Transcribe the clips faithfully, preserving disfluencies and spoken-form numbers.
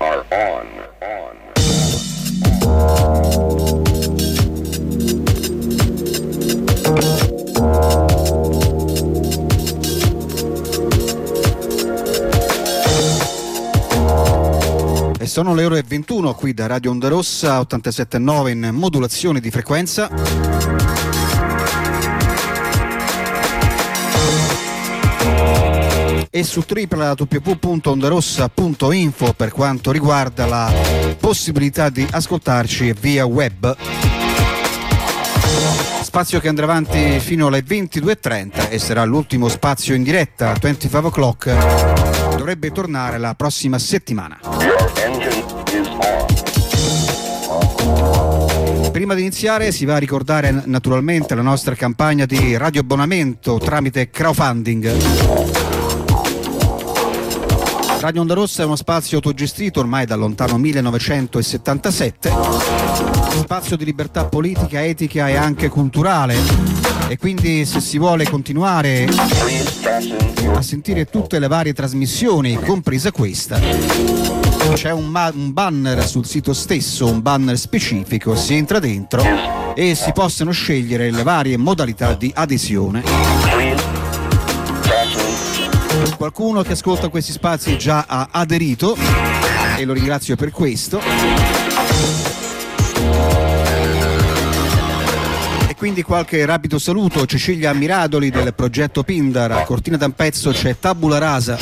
are on, on. E sono le ore ventuno qui da Radio Onda Rossa ottantasette virgola nove in modulazione di frequenza. E su w w w punto ondarossa punto info per quanto riguarda la possibilità di ascoltarci via web. Spazio che andrà avanti fino alle ventidue e trenta e sarà l'ultimo spazio in diretta. venticinque o'clock dovrebbe tornare la prossima settimana. Prima di iniziare si va a ricordare naturalmente la nostra campagna di radioabbonamento tramite crowdfunding. Radio Onda Rossa è uno spazio autogestito ormai dal lontano millenovecentosettantasette, spazio di libertà politica, etica e anche culturale, e quindi se si vuole continuare a sentire tutte le varie trasmissioni, compresa questa, c'è un, ma- un banner sul sito stesso, un banner specifico, si entra dentro e si possono scegliere le varie modalità di adesione. Qualcuno che ascolta questi spazi già ha aderito e lo ringrazio per questo. E quindi qualche rapido saluto: Cecilia Miradoli del progetto Pindar, a Cortina d'Ampezzo c'è Tabula Rasa,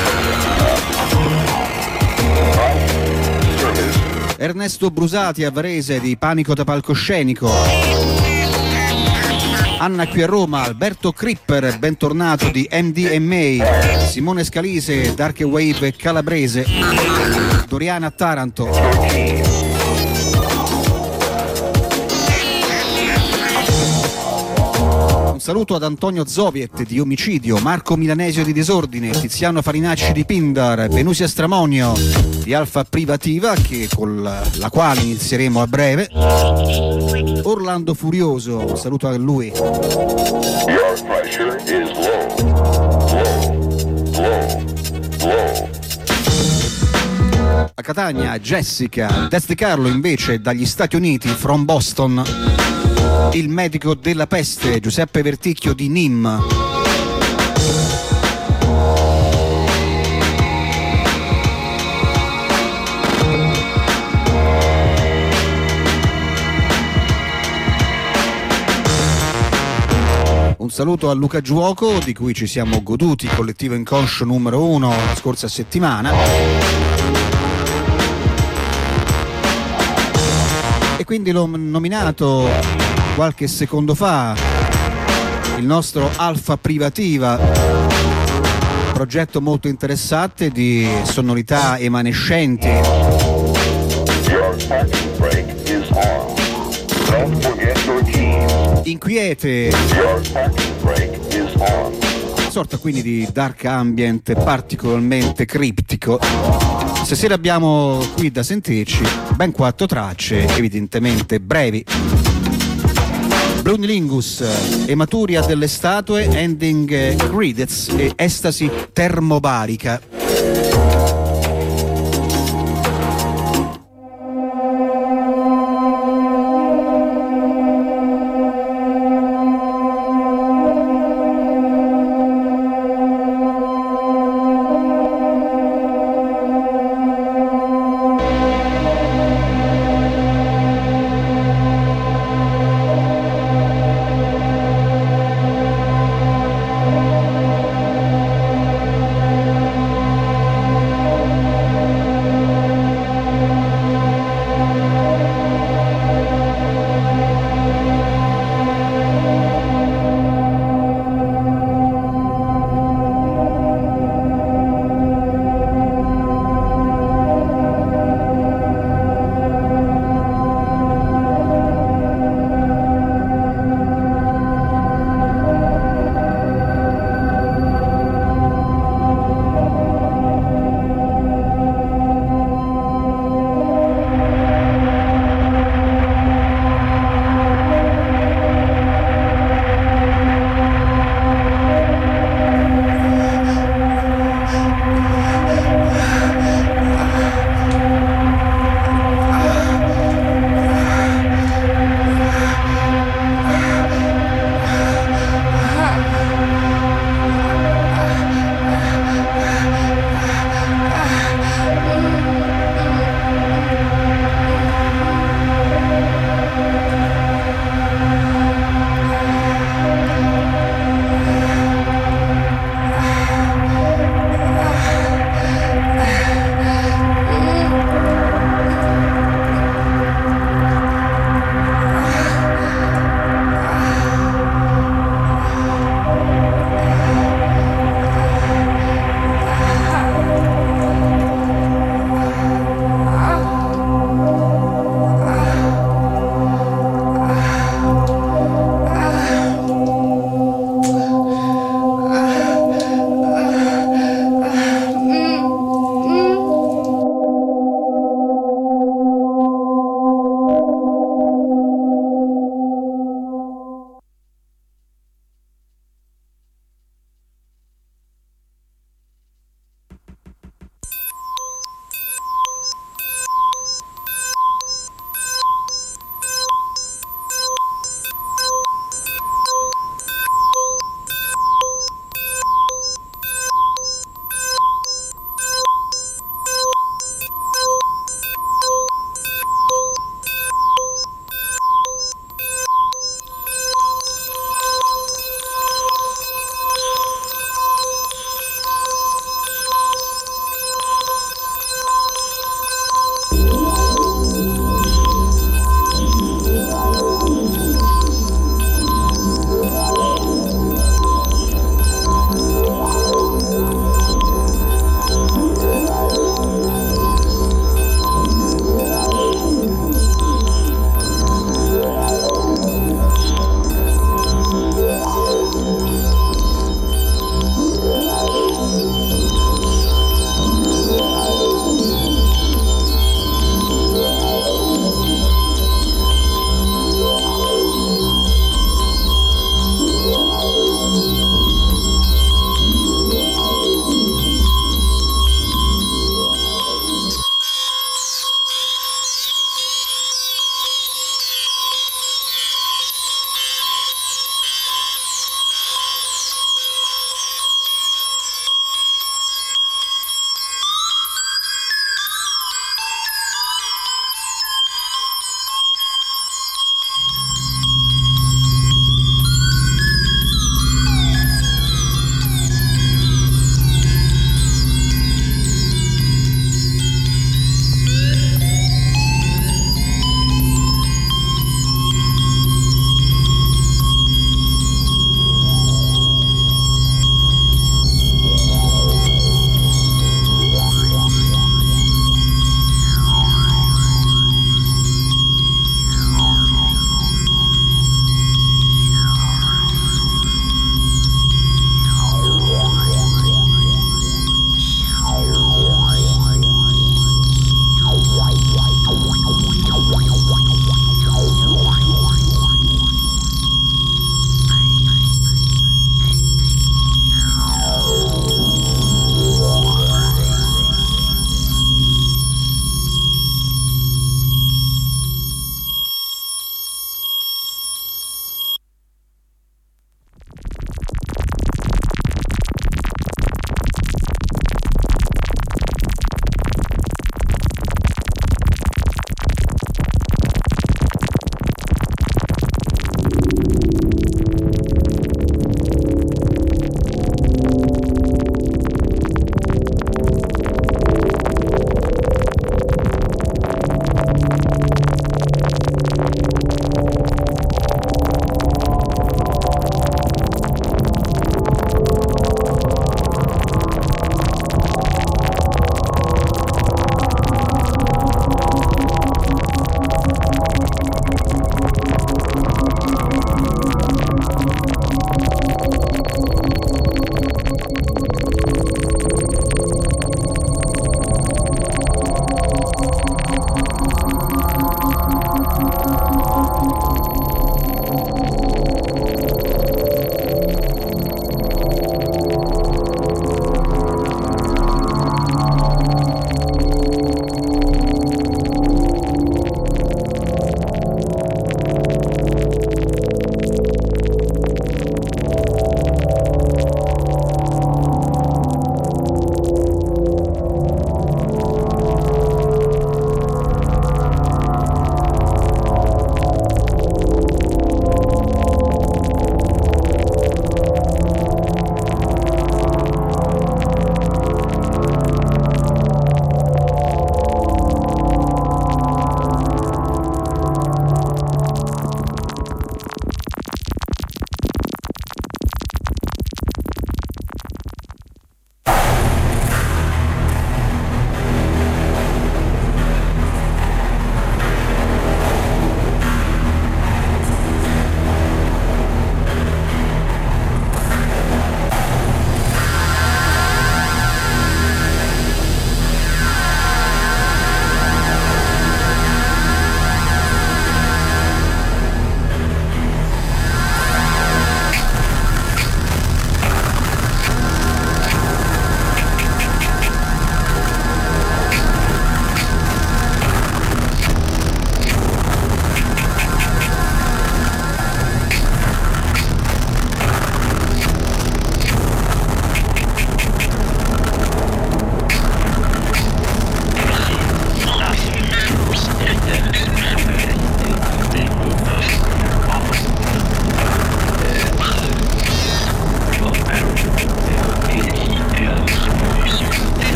Ernesto Brusati a Varese di Panico da Palcoscenico, Anna qui a Roma, Alberto Cripper, bentornato di M D M A, Simone Scalise, Dark Wave Calabrese, Doriana Taranto. Un saluto ad Antonio Zoviet di Omicidio, Marco Milanesio di Desordine, Tiziano Farinacci di Pindar, Venusia Stramonio di Alfa Privativa, che con la, la quale inizieremo a breve, Orlando Furioso, un saluto a lui. Your pressure is low, low, low, low. A Catania, Jessica. Des De Carlo invece dagli Stati Uniti, from Boston, il medico della peste, Giuseppe Verticchio di N I M. Un saluto a Luca Giuoco, di cui ci siamo goduti Collettivo Inconscio numero uno la scorsa settimana. E quindi l'ho nominato qualche secondo fa, il nostro Alfa Privativa, progetto molto interessante di sonorità emanescenti. Inquiete, sorta quindi di dark ambient particolarmente criptico. Stasera abbiamo qui da sentirci ben quattro tracce, evidentemente brevi. Brunilingus, Ematuria delle statue, Ending Credits e Estasi termobarica.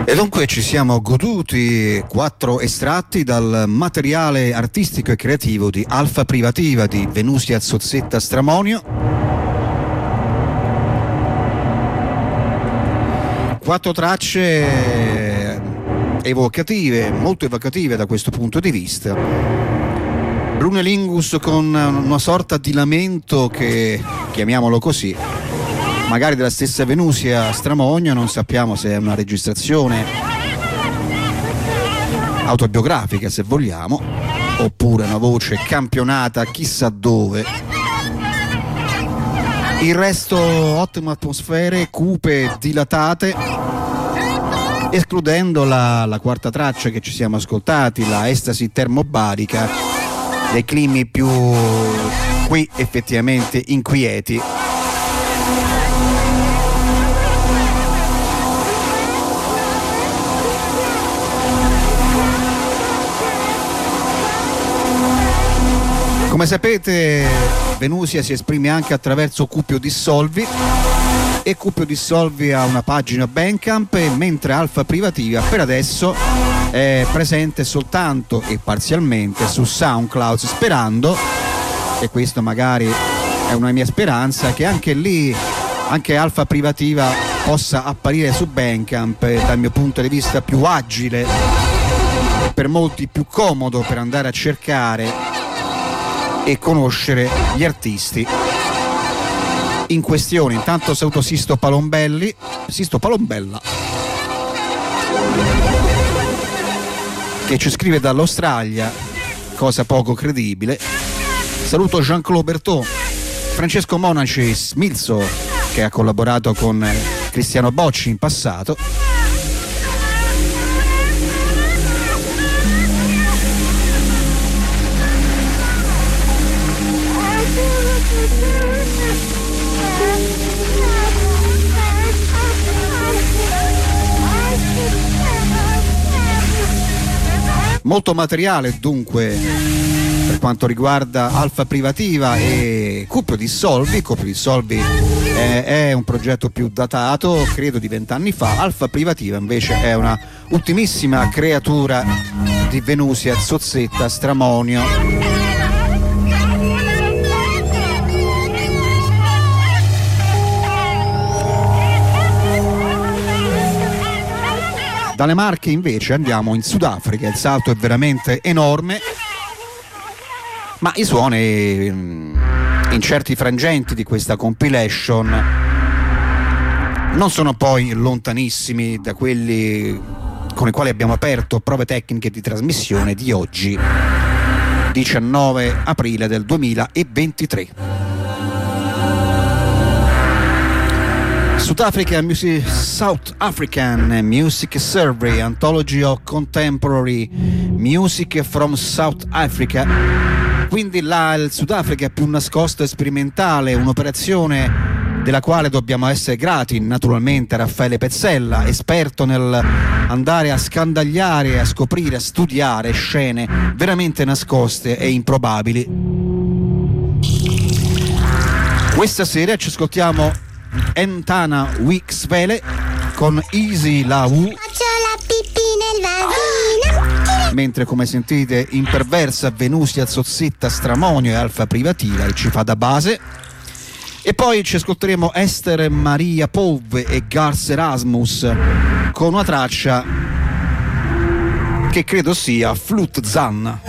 E dunque ci siamo goduti quattro estratti dal materiale artistico e creativo di Alfa Privativa di Venusia Zozzetta Stramonio. Quattro tracce evocative, molto evocative da questo punto di vista. Brunelingus con una sorta di lamento che, chiamiamolo così, magari della stessa Venusia Stramonio, non sappiamo se è una registrazione autobiografica, se vogliamo, oppure una voce campionata chissà dove. Il resto ottime atmosfere, cupe, dilatate, escludendo la, la quarta traccia che ci siamo ascoltati, la Estasi termobarica, dei climi più qui effettivamente inquieti. Come sapete, Venusia si esprime anche attraverso Cupio Dissolvi, e Cupio Dissolvi ha una pagina Bandcamp, mentre Alfa Privativa per adesso è presente soltanto e parzialmente su SoundCloud, sperando, e questo magari è una mia speranza, che anche lì, anche Alfa Privativa possa apparire su Bandcamp, dal mio punto di vista più agile e per molti più comodo per andare a cercare e conoscere gli artisti in questione. Intanto saluto Sisto Palombelli, Sisto Palombella, che ci scrive dall'Australia, cosa poco credibile. Saluto Jean-Claude Bertot, Francesco Monaci, Smilzo, che ha collaborato con Cristiano Bocci in passato. Molto materiale dunque per quanto riguarda Alfa Privativa e Cupio Dissolvi. Cupio Dissolvi è, è un progetto più datato, credo di vent'anni fa. Alfa Privativa invece è una ultimissima creatura di Venusia Zozzetta Stramonio. Dalle Marche invece andiamo in Sudafrica, il salto è veramente enorme, ma i suoni in certi frangenti di questa compilation non sono poi lontanissimi da quelli con i quali abbiamo aperto prove tecniche di trasmissione di oggi, diciannove aprile del duemilaventitré. South Africa Music, South African Music Survey, Anthology of Contemporary Music from South Africa. Quindi là il Sudafrica è più nascosto e sperimentale, un'operazione della quale dobbiamo essere grati naturalmente a Raffaele Pezzella, esperto nel andare a scandagliare, a scoprire, a studiare scene veramente nascoste e improbabili. Questa sera ci ascoltiamo Entana Wixvele con Easy La U, mentre come sentite imperversa Venusia Zozzetta Stramonio e Alfa Privativa e ci fa da base. E poi ci ascolteremo Esther Maria Pove e Gars Erasmus con una traccia che credo sia Flut Zan.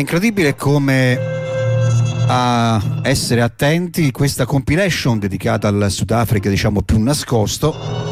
incredibile come a essere attenti questa compilation dedicata al Sudafrica, diciamo, più nascosto,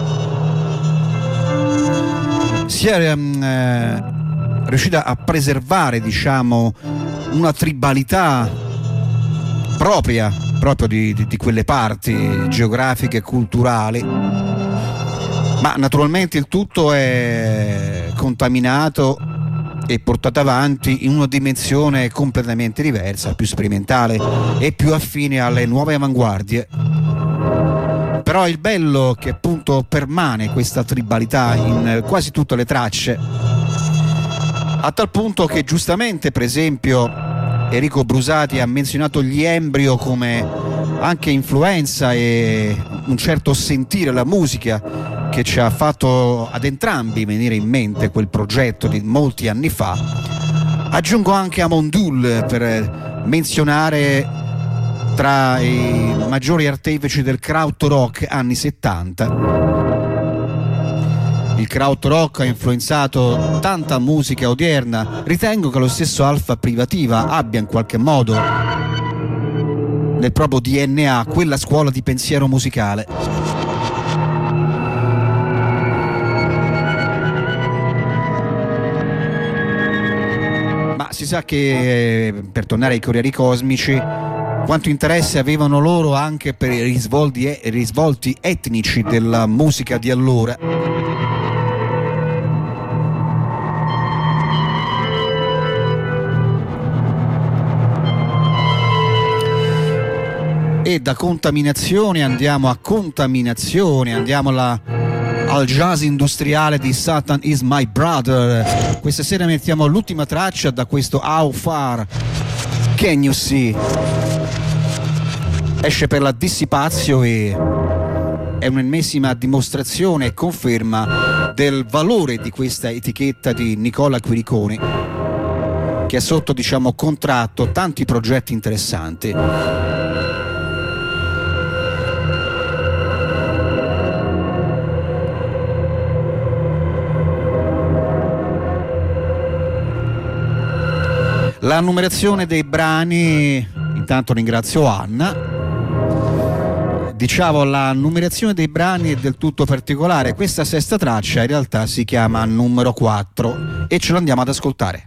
sia eh, riuscita a preservare, diciamo, una tribalità propria proprio di, di, di quelle parti geografiche e culturali, ma naturalmente il tutto è contaminato e portato avanti in una dimensione completamente diversa, più sperimentale e più affine alle nuove avanguardie. Però il bello è che appunto permane questa tribalità in quasi tutte le tracce, a tal punto che giustamente, per esempio, Enrico Brusati ha menzionato gli Embryo come anche influenza e un certo sentire la musica che ci ha fatto ad entrambi venire in mente quel progetto di molti anni fa. Aggiungo anche Amondul per menzionare tra i maggiori artefici del krautrock anni settanta. Il krautrock ha influenzato tanta musica odierna. Ritengo che lo stesso Alpha Privativa abbia in qualche modo nel proprio D N A quella scuola di pensiero musicale. Ma si sa che, per tornare ai Corrieri Cosmici, quanto interesse avevano loro anche per i risvolti, i risvolti etnici della musica di allora. E da contaminazione andiamo a contaminazione, andiamo alla, al jazz industriale di Satan Is My Brother. Questa sera mettiamo l'ultima traccia da questo How Far Can You See. Esce per la Dissipazio e è un'ennesima dimostrazione e conferma del valore di questa etichetta di Nicola Quiriconi, che ha sotto, diciamo, contratto tanti progetti interessanti. La numerazione dei brani, intanto ringrazio Anna. Diciamo, la numerazione dei brani è del tutto particolare. Questa sesta traccia in realtà si chiama numero quattro e ce l'andiamo ad ascoltare.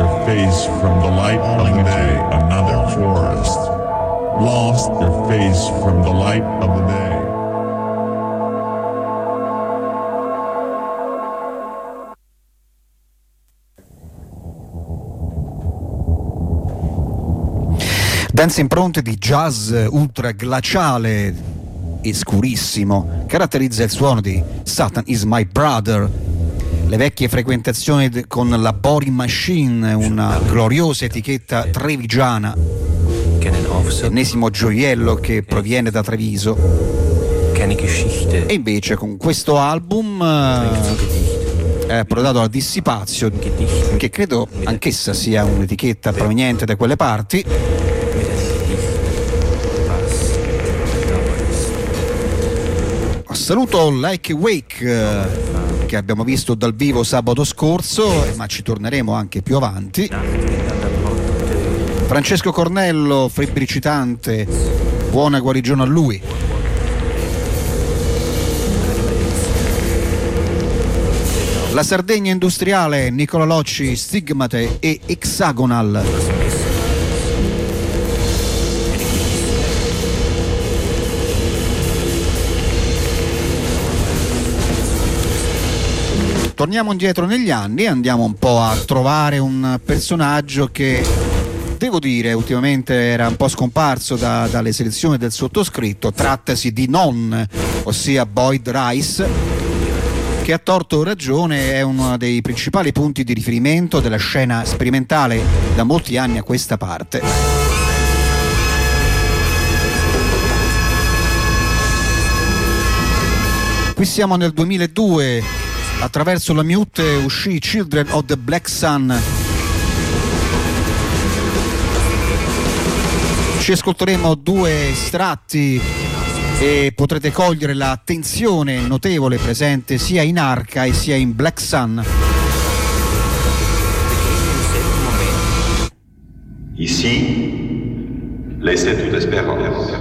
your face from the light of the day, another forest. Lost your face from the light of the day. Dense impronte di jazz ultra glaciale e scurissimo caratterizza il suono di Satan is My Brother. Le vecchie frequentazioni de- con la Boring Machine, una gloriosa etichetta trevigiana, ennesimo gioiello che proviene da Treviso. E invece con questo album eh, è approdato alla Dissipazio, che credo anch'essa sia un'etichetta proveniente da quelle parti. Saluto Like a Wake eh, che abbiamo visto dal vivo sabato scorso, ma ci torneremo anche più avanti. Francesco Cornello, febbricitante, buona guarigione a lui. La Sardegna industriale, Nicola Locci, Stigmate e Hexagonal. Torniamo indietro negli anni e andiamo un po' a trovare un personaggio che, devo dire, ultimamente era un po' scomparso da, dalle selezioni del sottoscritto. Trattasi di Non, ossia Boyd Rice, che a torto o ragione è uno dei principali punti di riferimento della scena sperimentale da molti anni a questa parte. Qui siamo nel duemiladue. Attraverso la mute uscì Children of the Black Sun. Ci ascolteremo due estratti e potrete cogliere la tensione notevole presente sia in Arca e sia in Black Sun. Ici, laissez toute espérance.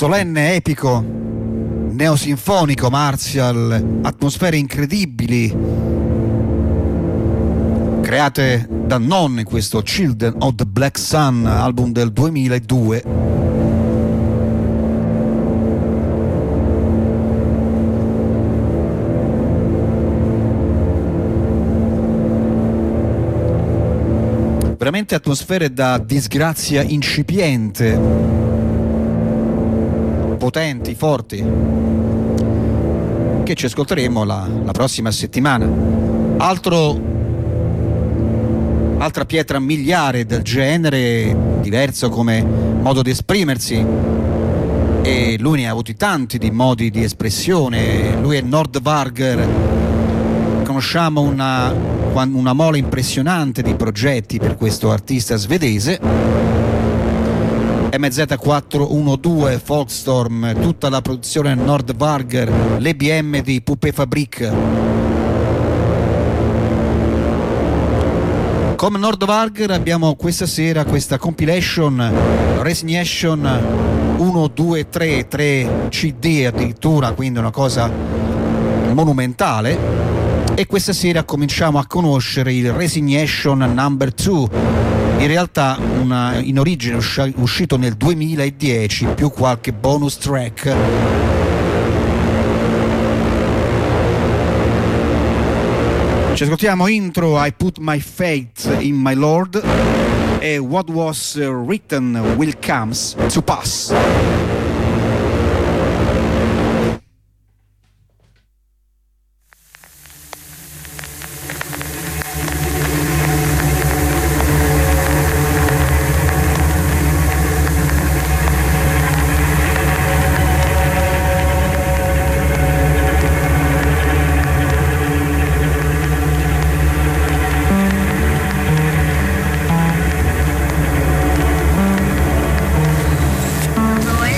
solenne, epico, neosinfonico Martial, atmosfere incredibili create da Non in questo Children of the Black Sun, album del duemiladue. Veramente atmosfere da disgrazia incipiente, potenti, forti, che ci ascolteremo la, la prossima settimana. Altro, altra pietra miliare del genere, diverso come modo di esprimersi, e lui ne ha avuti tanti di modi di espressione. Lui è Nordvarger, conosciamo una una mole impressionante di progetti per questo artista svedese. M Z quattrocentododici, Folkstorm, tutta la produzione Nordvarger, l'E B M di Poupée Fabrique. Come Nordvarger abbiamo questa sera questa compilation Resignation uno, due, tre, tre C D addirittura, quindi una cosa monumentale. E questa sera cominciamo a conoscere il Resignation number two, in realtà una, in origine usci- uscito nel duemiladieci, più qualche bonus track. Ci ascoltiamo intro I Put My Faith in My Lord e What Was Written Will Comes to Pass. Roy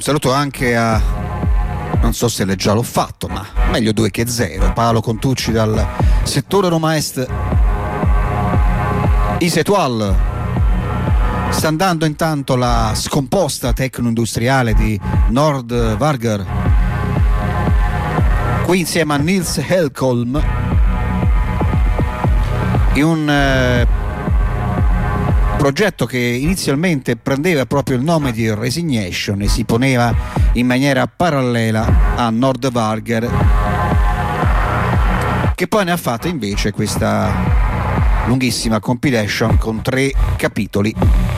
saluto anche a, non so se già l'ho fatto, ma meglio due che zero, Paolo Contucci dal settore Roma Est. Isetual. Sta andando intanto la scomposta tecno-industriale di Nordvarger, qui insieme a Nils Helkolm, in un eh, progetto che inizialmente prendeva proprio il nome di Resignation e si poneva in maniera parallela a Nordvarger, che poi ne ha fatto invece questa lunghissima compilation con tre capitoli.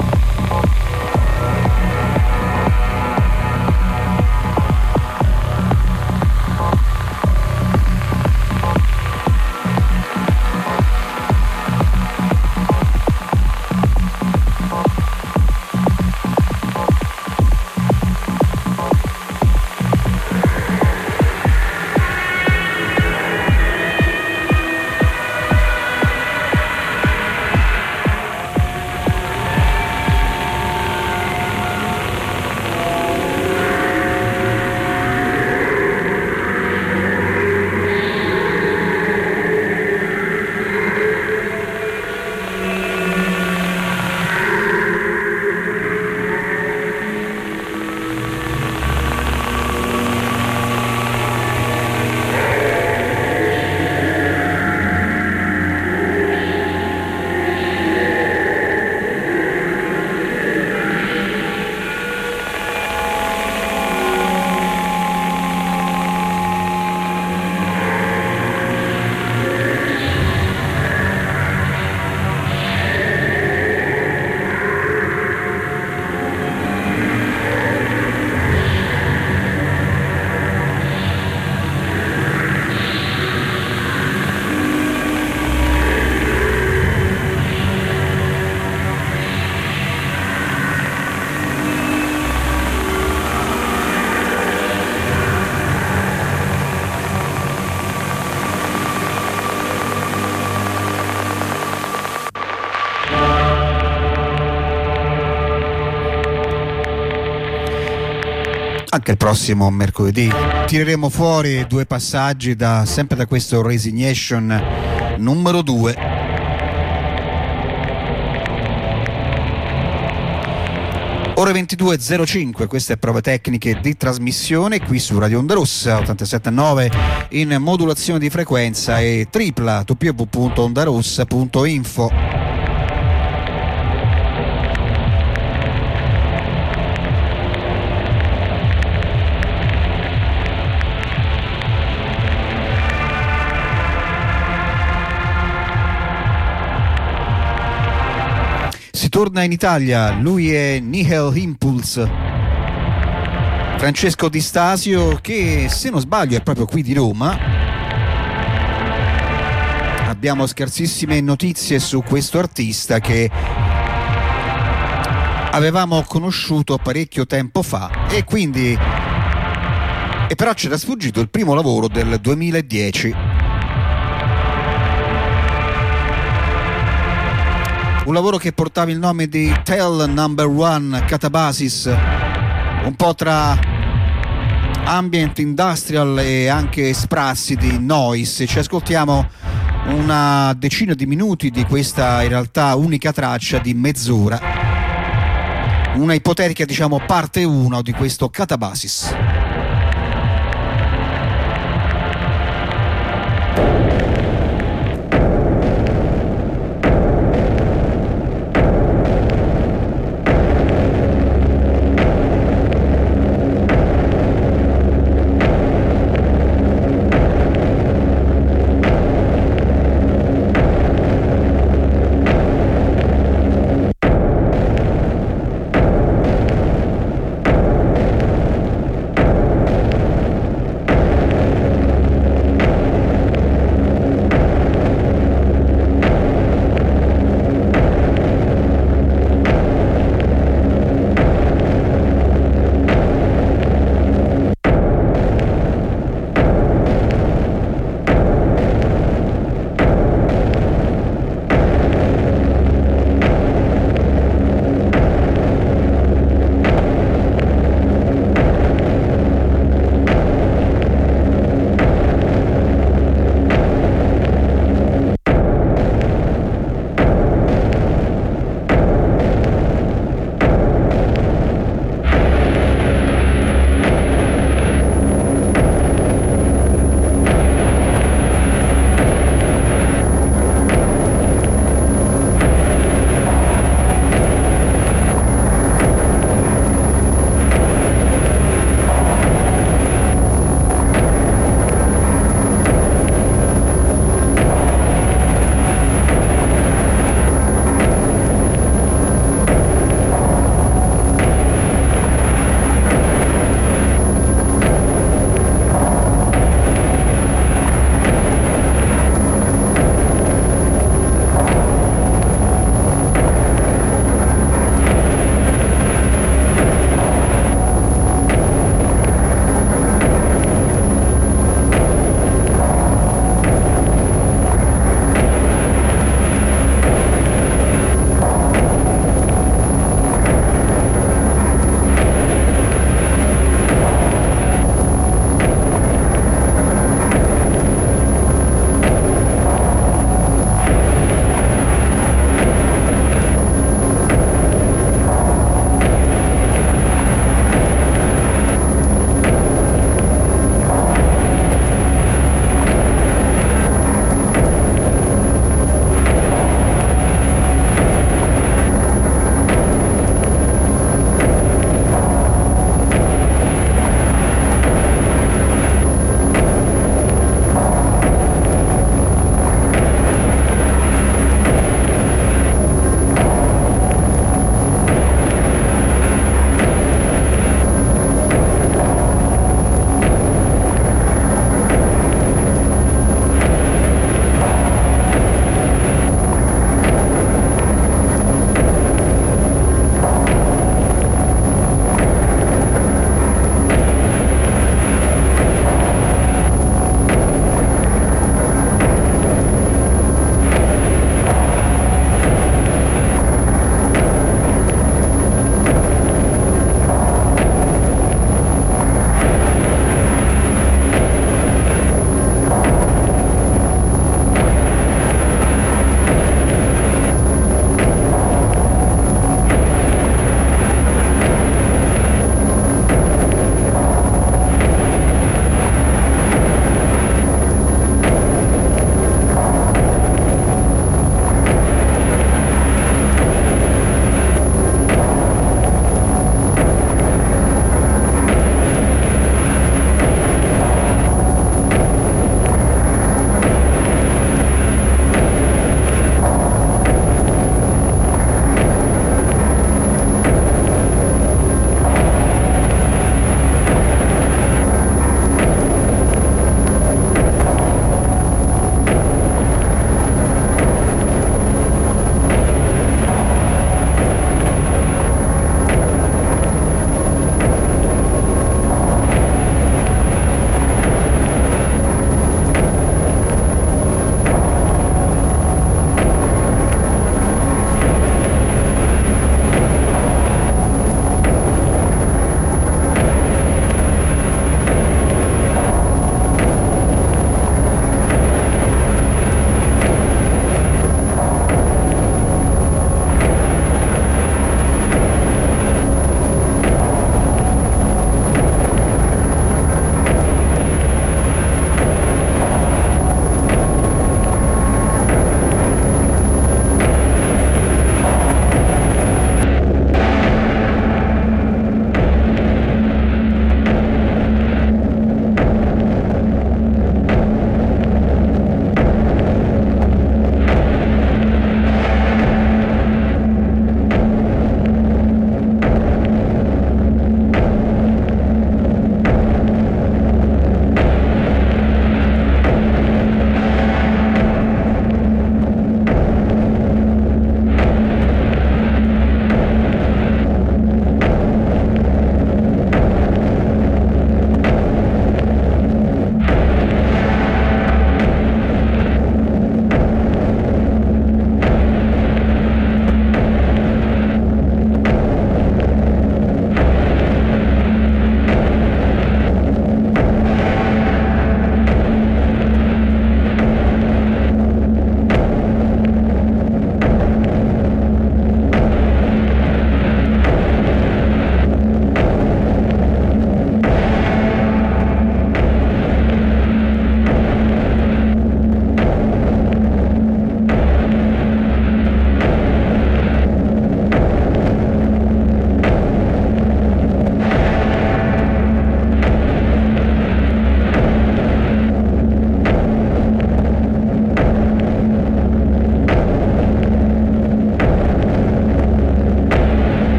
Anche il prossimo mercoledì tireremo fuori due passaggi da, sempre da questo Resignation numero due. Ore ventidue e zero cinque, queste prove tecniche di trasmissione qui su Radio Onda Rossa ottantasette virgola nove in modulazione di frequenza e tripla w w w punto ondarossa punto info. Si torna in Italia, lui è Nihil Impulse, Francesco Di Stasio, che se non sbaglio è proprio qui di Roma. Abbiamo scarsissime notizie su questo artista che avevamo conosciuto parecchio tempo fa e quindi e però ci era sfuggito il primo lavoro del duemiladieci. Un lavoro che portava il nome di Tell Number One Catabasis, un po' tra ambient, industrial e anche sprazzi di noise. Ci ascoltiamo una decina di minuti di questa in realtà unica traccia di mezz'ora, una ipotetica diciamo parte uno di questo Catabasis.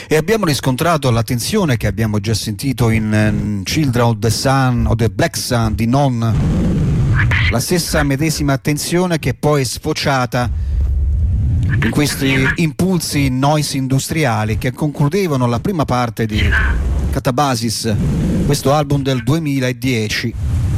E abbiamo riscontrato la tensione che abbiamo già sentito in uh, Children of the Sun o The Black Sun di Non, la stessa medesima tensione che poi è sfociata in questi impulsi noise industriali che concludevano la prima parte di Catabasis, questo album del duemiladieci.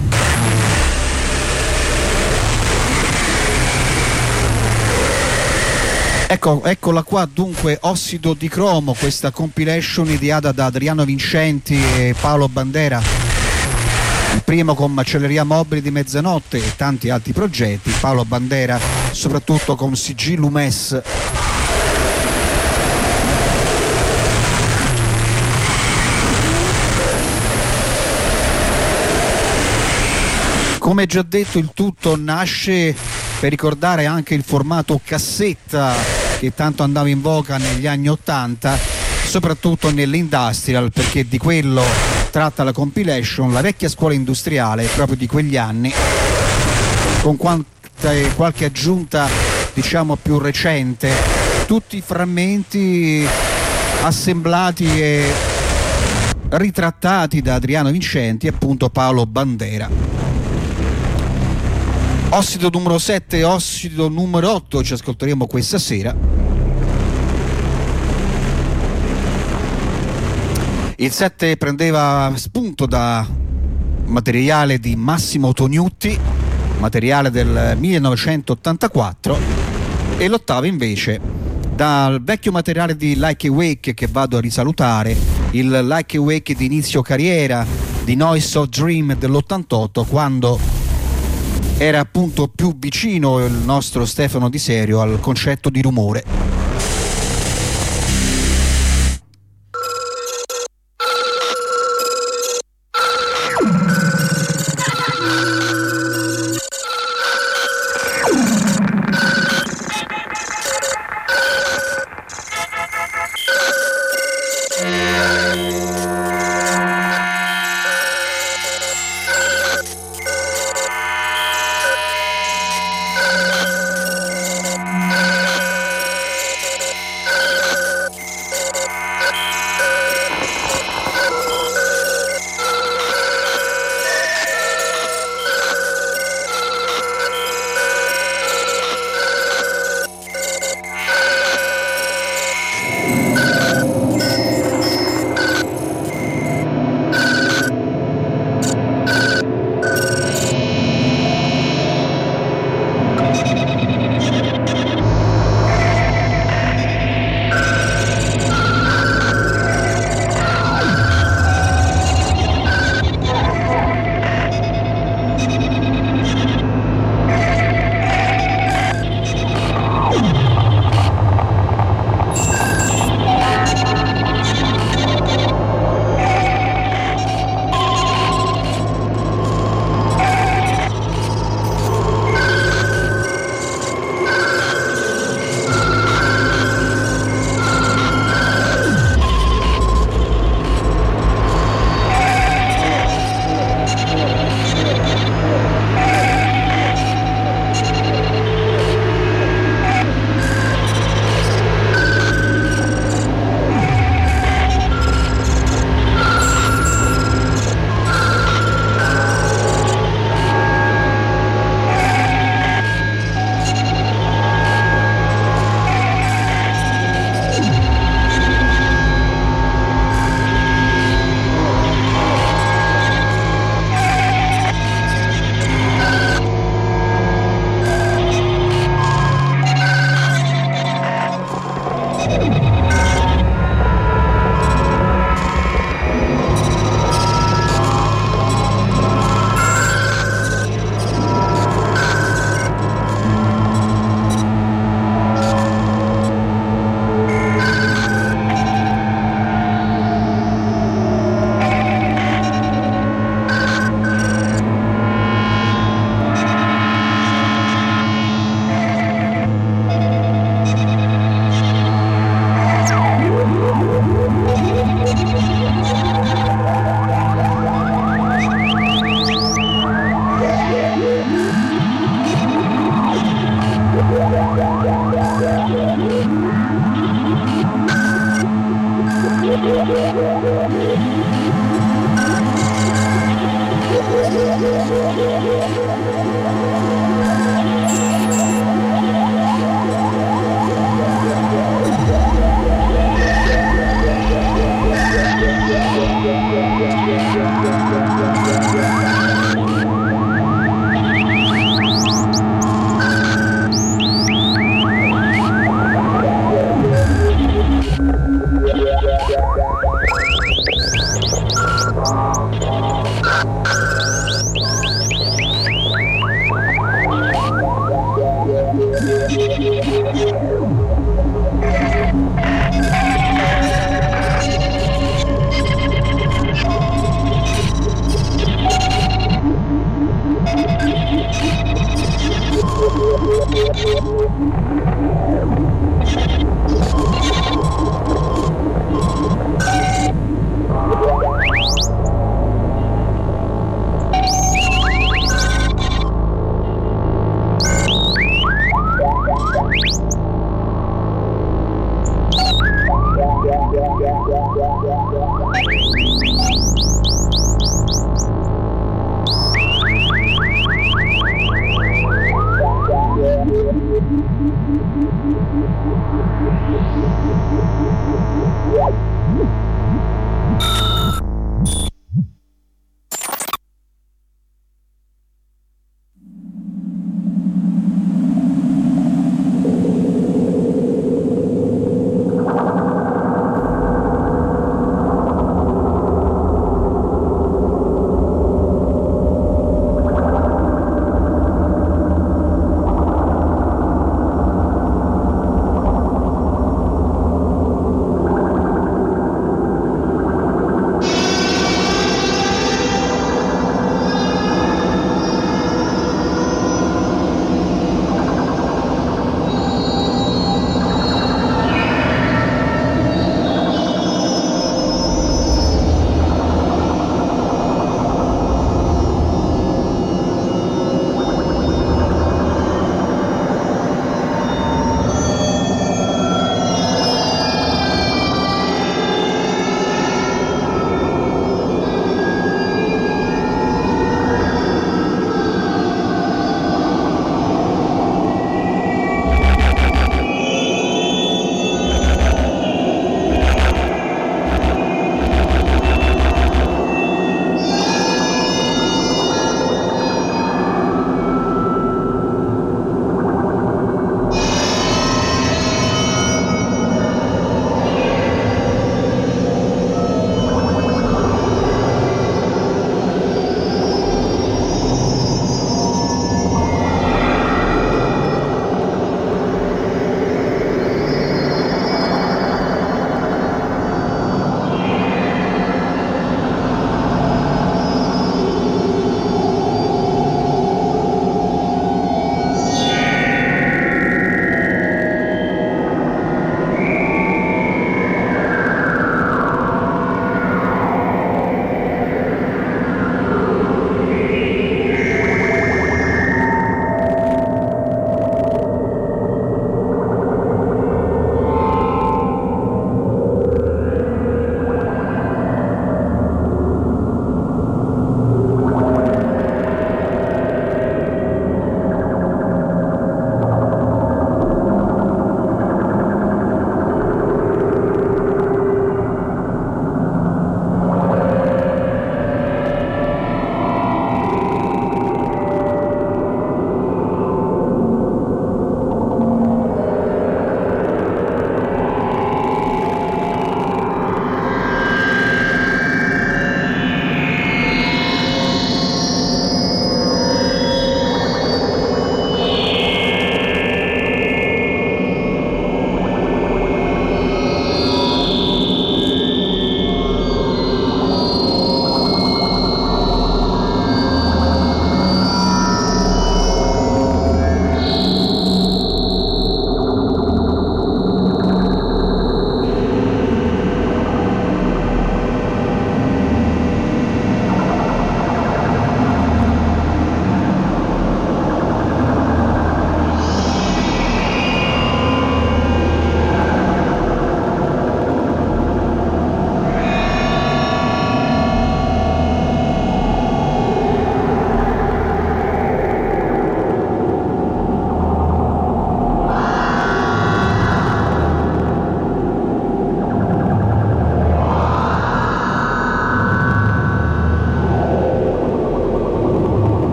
Ecco, eccola qua dunque, Ossido di Cromo, questa compilation ideata da Adriano Vincenti e Paolo Bandera, il primo con Macelleria Mobili di Mezzanotte e tanti altri progetti, Paolo Bandera soprattutto con Sigillo Mess. Come già detto, il tutto nasce per ricordare anche il formato cassetta che tanto andava in voga negli anni ottanta, soprattutto nell'industrial, perché di quello tratta la compilation, la vecchia scuola industriale proprio di quegli anni, con quante, qualche aggiunta diciamo più recente, tutti frammenti assemblati e ritrattati da Adriano Vincenti e appunto Paolo Bandera. Ossido numero sette e Ossido numero otto ci ascolteremo questa sera. Il sette prendeva spunto da materiale di Massimo Tognutti, materiale del millenovecentottantaquattro, e l'ottavo invece dal vecchio materiale di Like a Wake, che vado a risalutare, il Like a Wake di inizio carriera di Noise of Dream dell'ottantotto, quando era appunto più vicino il nostro Stefano Di Serio al concetto di rumore.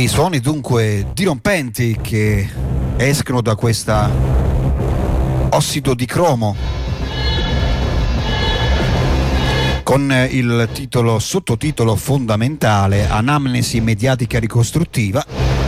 I suoni dunque dirompenti che escono da questa ossido di cromo con il titolo sottotitolo fondamentale Anamnesi mediatica ricostruttiva.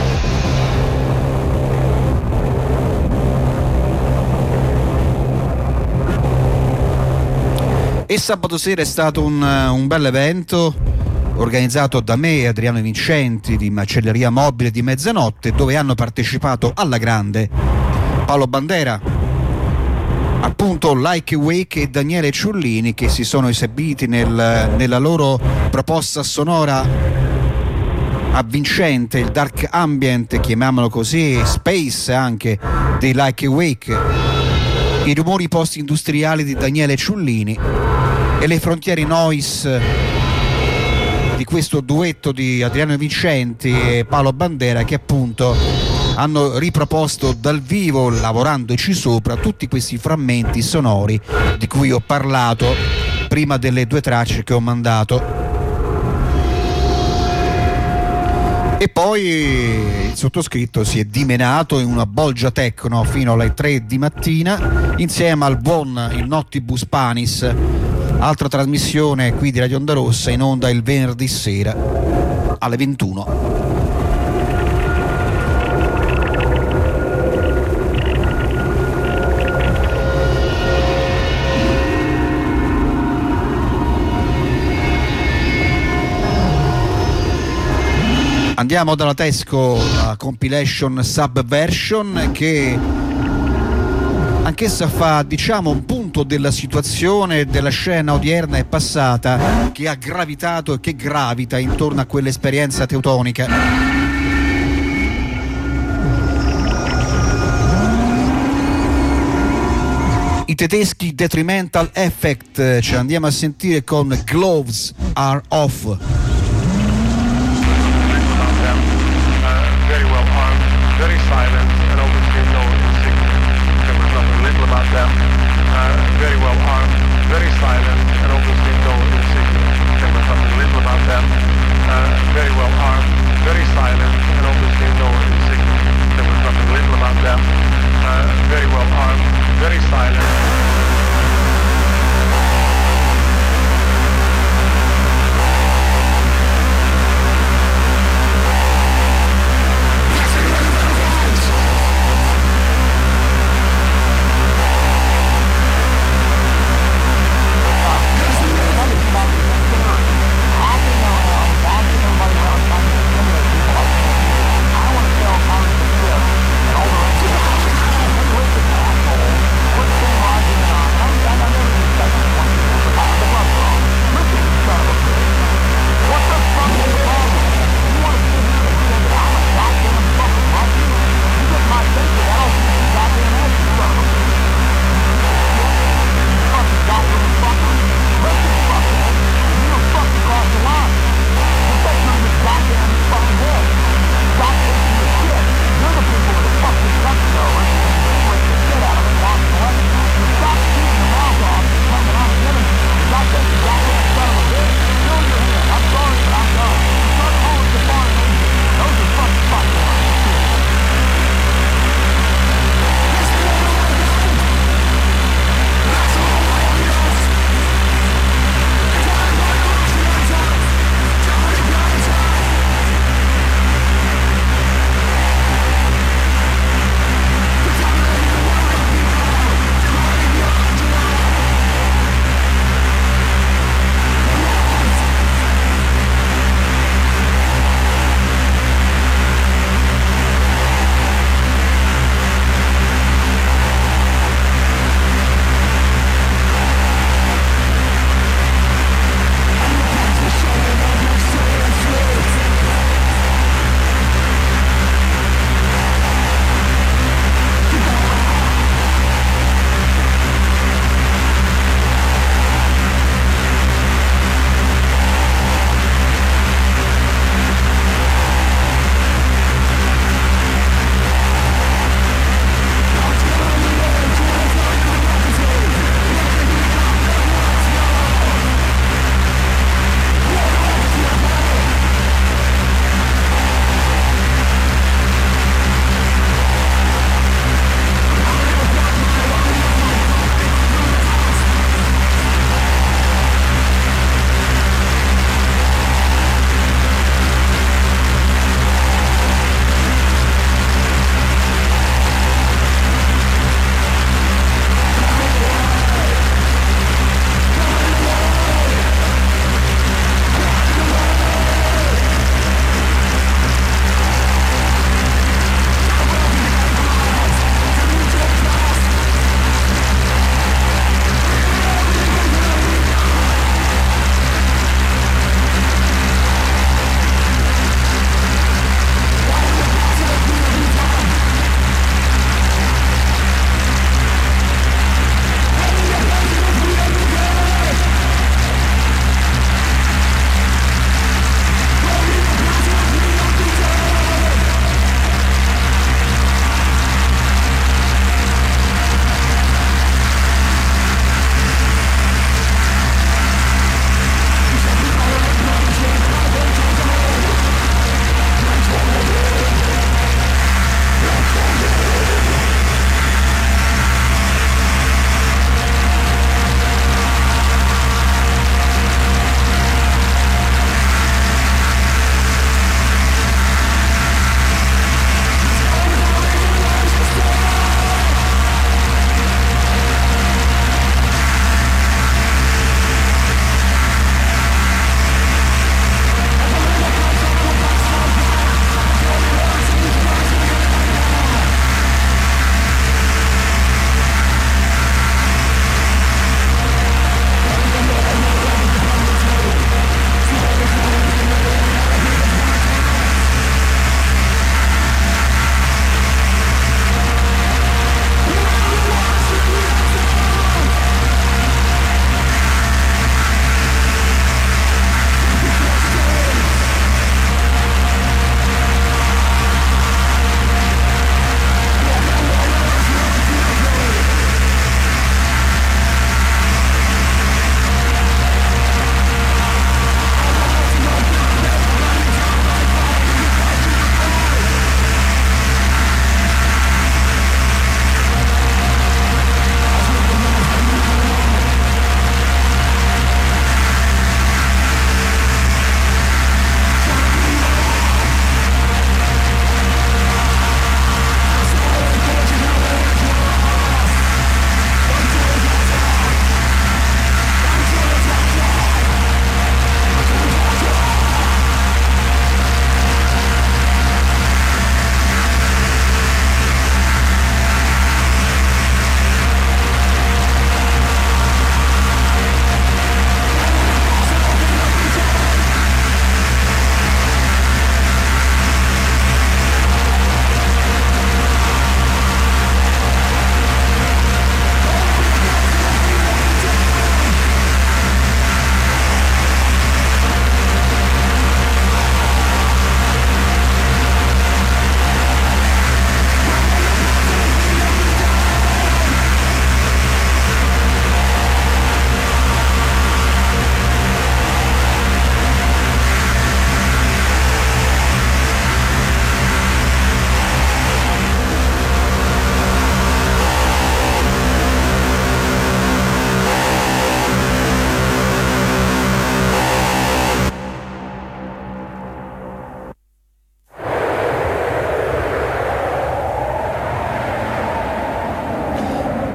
E sabato sera è stato un, un bel evento organizzato da me e Adriano Vincenti di Macelleria Mobile di Mezzanotte, dove hanno partecipato alla grande Paolo Bandera, appunto Like Wake e Daniele Ciullini, che si sono esibiti nel, nella loro proposta sonora avvincente, il dark ambient, chiamiamolo così, space anche, dei Like Wake, i rumori post-industriali di Daniele Ciullini e le frontiere noise di questo duetto di Adriano Vincenti e Paolo Bandera, che appunto hanno riproposto dal vivo, lavorandoci sopra, tutti questi frammenti sonori di cui ho parlato prima delle due tracce che ho mandato. E poi il sottoscritto si è dimenato in una bolgia techno fino alle tre di mattina insieme al buon il Nottibus Panis, altra trasmissione qui di Radio Onda Rossa, in onda il venerdì sera alle ventuno. Andiamo dalla Tesco a compilation Subversion, che anch'essa fa, diciamo, un punto della situazione della scena odierna e passata che ha gravitato e che gravita intorno a quell'esperienza teutonica. I tedeschi Detrimental Effect, ce l'andiamo a sentire con Gloves Are Off. Very well armed, very silent, and obviously no insignia. There was nothing little about them. Uh, very well armed, very silent, and obviously no insignia. There was nothing little about them. Uh, very well armed, very silent, and obviously no insignia. There was nothing little about them. Uh, very well armed, very silent.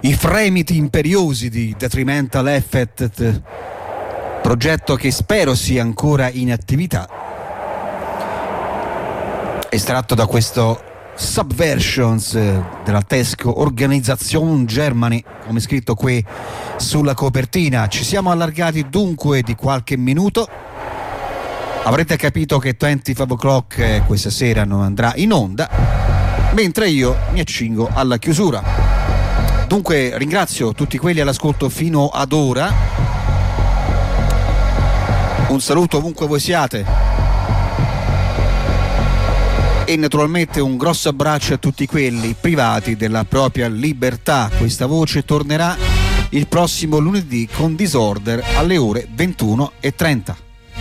i fremiti imperiosi di Detrimental Effect, progetto che spero sia ancora in attività, estratto da questo Subversions della Tesco Organisation Germany, come scritto qui sulla copertina. Ci siamo allargati dunque di qualche minuto. Avrete capito che venticinque O'Clock questa sera non andrà in onda, mentre io mi accingo alla chiusura. Dunque ringrazio tutti quelli all'ascolto fino ad ora. Un saluto ovunque voi siate. E naturalmente un grosso abbraccio a tutti quelli privati della propria libertà. Questa voce tornerà il prossimo lunedì con Disorder alle ore ventuno e trenta.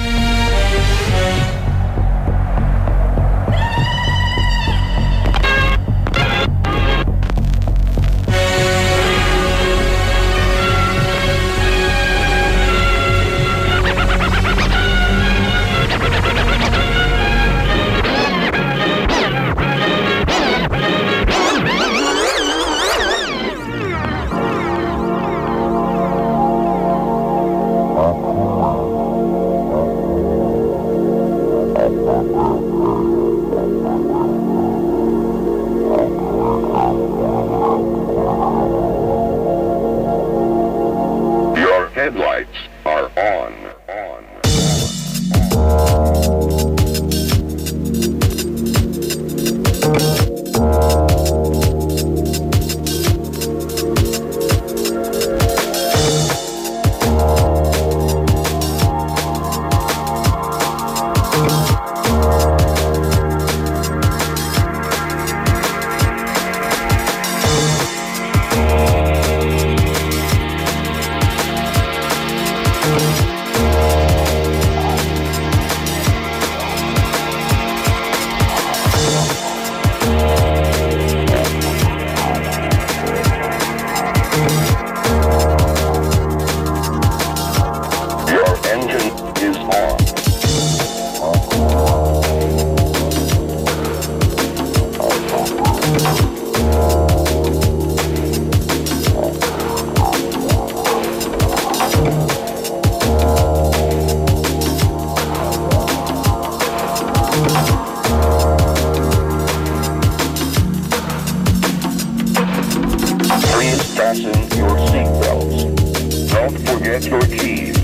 Headlights are on. On. Please fasten your seatbelts. Don't forget your keys.